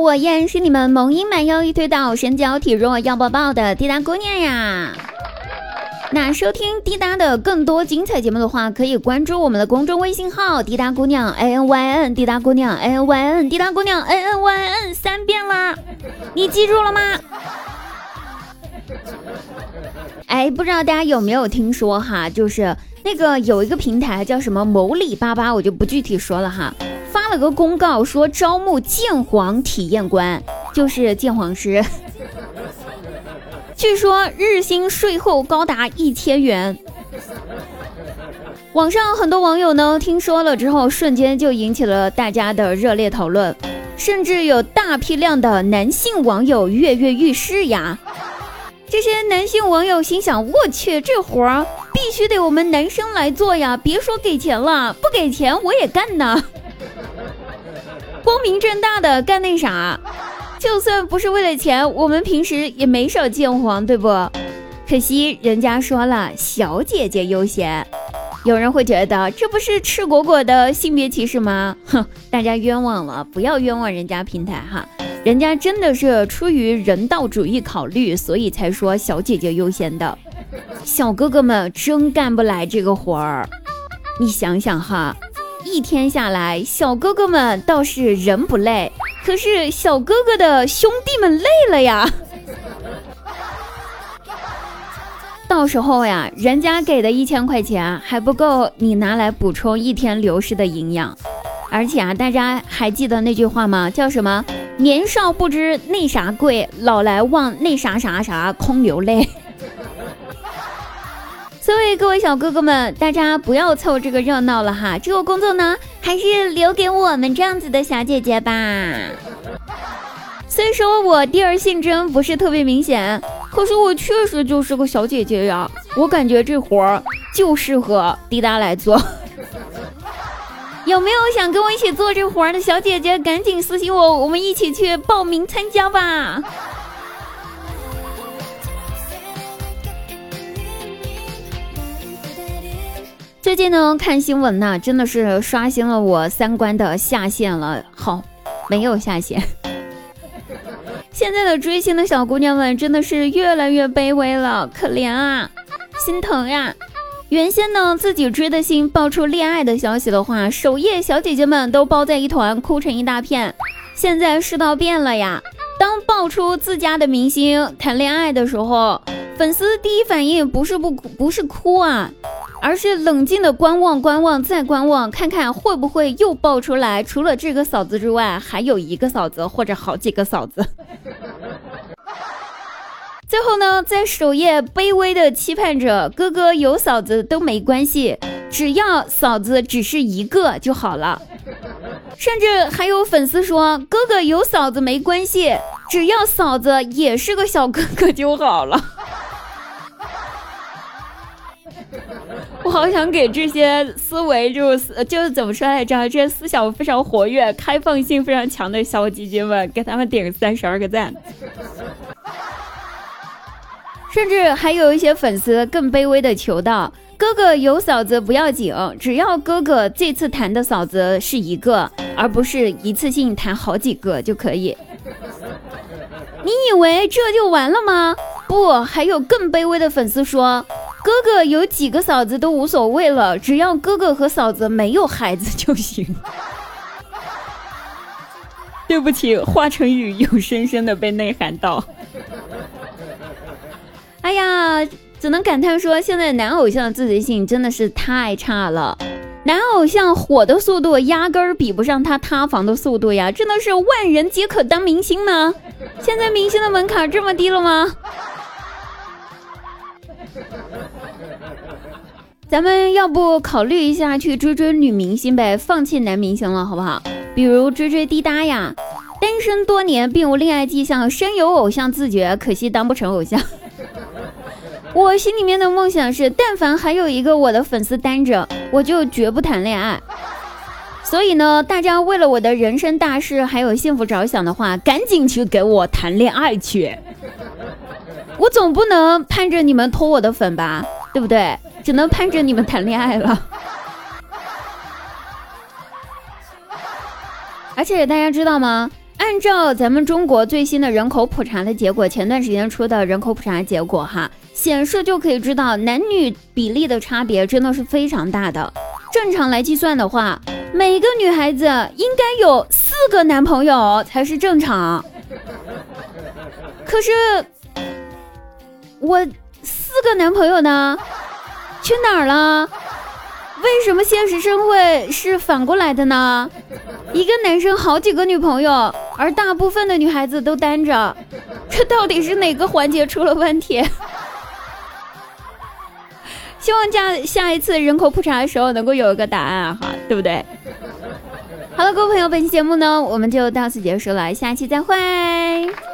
我依然是你们萌音满腰一推倒身娇体弱要抱抱的滴答姑娘呀。那收听滴答的更多精彩节目的话，可以关注我们的公众微信号滴答姑娘 ANYN 滴答姑娘 ANYN 滴答姑娘 ANYN 3遍啦，你记住了吗？哎，不知道大家有没有听说哈，就是那个有一个平台叫什么某里巴巴，我就不具体说了哈，发了个公告说招募鉴黄体验官，就是鉴黄师，据说日薪税后高达1000元。网上很多网友呢听说了之后，瞬间就引起了大家的热烈讨论，甚至有大批量的男性网友跃跃欲试呀。这些男性网友心想，我去，这活儿必须得我们男生来做呀，别说给钱了，不给钱我也干呢。光明正大的干那啥，就算不是为了钱，我们平时也没少见黄，对不？可惜人家说了小姐姐优先，有人会觉得这不是赤果果的性别歧视吗？哼，大家冤枉了，不要冤枉人家平台哈，人家真的是出于人道主义考虑，所以才说小姐姐优先的。小哥哥们真干不来这个活儿，你想想哈，一天下来小哥哥们倒是人不累，可是小哥哥的兄弟们累了呀。到时候呀，人家给的1000块钱还不够你拿来补充一天流失的营养。而且啊，大家还记得那句话吗？叫什么？年少不知那啥贵，老来忘那啥啥啥空流泪。所以各位小哥哥们，大家不要凑这个热闹了哈，这个工作呢，还是留给我们这样子的小姐姐吧。虽说我第二性征不是特别明显，可是我确实就是个小姐姐呀，我感觉这活儿就适合滴答来做。有没有想跟我一起做这活儿的小姐姐，赶紧私信我，我们一起去报名参加吧。最近呢，看新闻呢，真的是刷新了我三观的下限了。好，没有下限。现在的追星的小姑娘们真的是越来越卑微了，可怜啊，心疼呀。原先呢，自己追的星爆出恋爱的消息的话，首页小姐姐们都包在一团，哭成一大片。现在世道变了呀，当爆出自家的明星谈恋爱的时候，粉丝第一反应不是哭啊，而是冷静的观望再观望，看看会不会又爆出来除了这个嫂子之外还有一个嫂子或者好几个嫂子。最后呢，在首页卑微的期盼着哥哥有嫂子都没关系，只要嫂子只是一个就好了。甚至还有粉丝说，哥哥有嫂子没关系，只要嫂子也是个小哥哥就好了。我好想给这些思维就是怎么说来着，这些思想非常活跃、开放性非常强的小姐姐们，给他们点个32个赞。甚至还有一些粉丝更卑微的求道，哥哥有嫂子不要紧，只要哥哥这次谈的嫂子是一个，而不是一次性谈好几个就可以。你以为这就完了吗？不，还有更卑微的粉丝说，哥哥有几个嫂子都无所谓了，只要哥哥和嫂子没有孩子就行。对不起，华晨宇又深深的被内涵到。哎呀，只能感叹说，现在男偶像的自觉性真的是太差了。男偶像火的速度压根儿比不上他塌房的速度呀，真的是万人皆可当明星吗？现在明星的门槛这么低了吗？咱们要不考虑一下去追追女明星呗，放弃男明星了好不好？比如追追滴答呀，单身多年并无恋爱迹象，深有偶像自觉，可惜当不成偶像。我心里面的梦想是，但凡还有一个我的粉丝单着，我就绝不谈恋爱。所以呢，大家为了我的人生大事还有幸福着想的话，赶紧去给我谈恋爱去。我总不能盼着你们偷我的粉吧，对不对？只能盼着你们谈恋爱了。而且大家知道吗？按按照咱们中国最新的人口普查的结果，前段时间出的人口普查结果显示就可以知道男女比例的差别真的是非常大的。正常来计算的话，每个女孩子应该有4个男朋友才是正常。可是我4个男朋友呢？去哪儿了？为什么现实社会是反过来的呢？一个男生好几个女朋友，而大部分的女孩子都单着，这到底是哪个环节出了问题？希望下一次人口普查的时候能够有一个答案对不对？好了，各位朋友，本期节目呢我们就到此结束了，下期再会。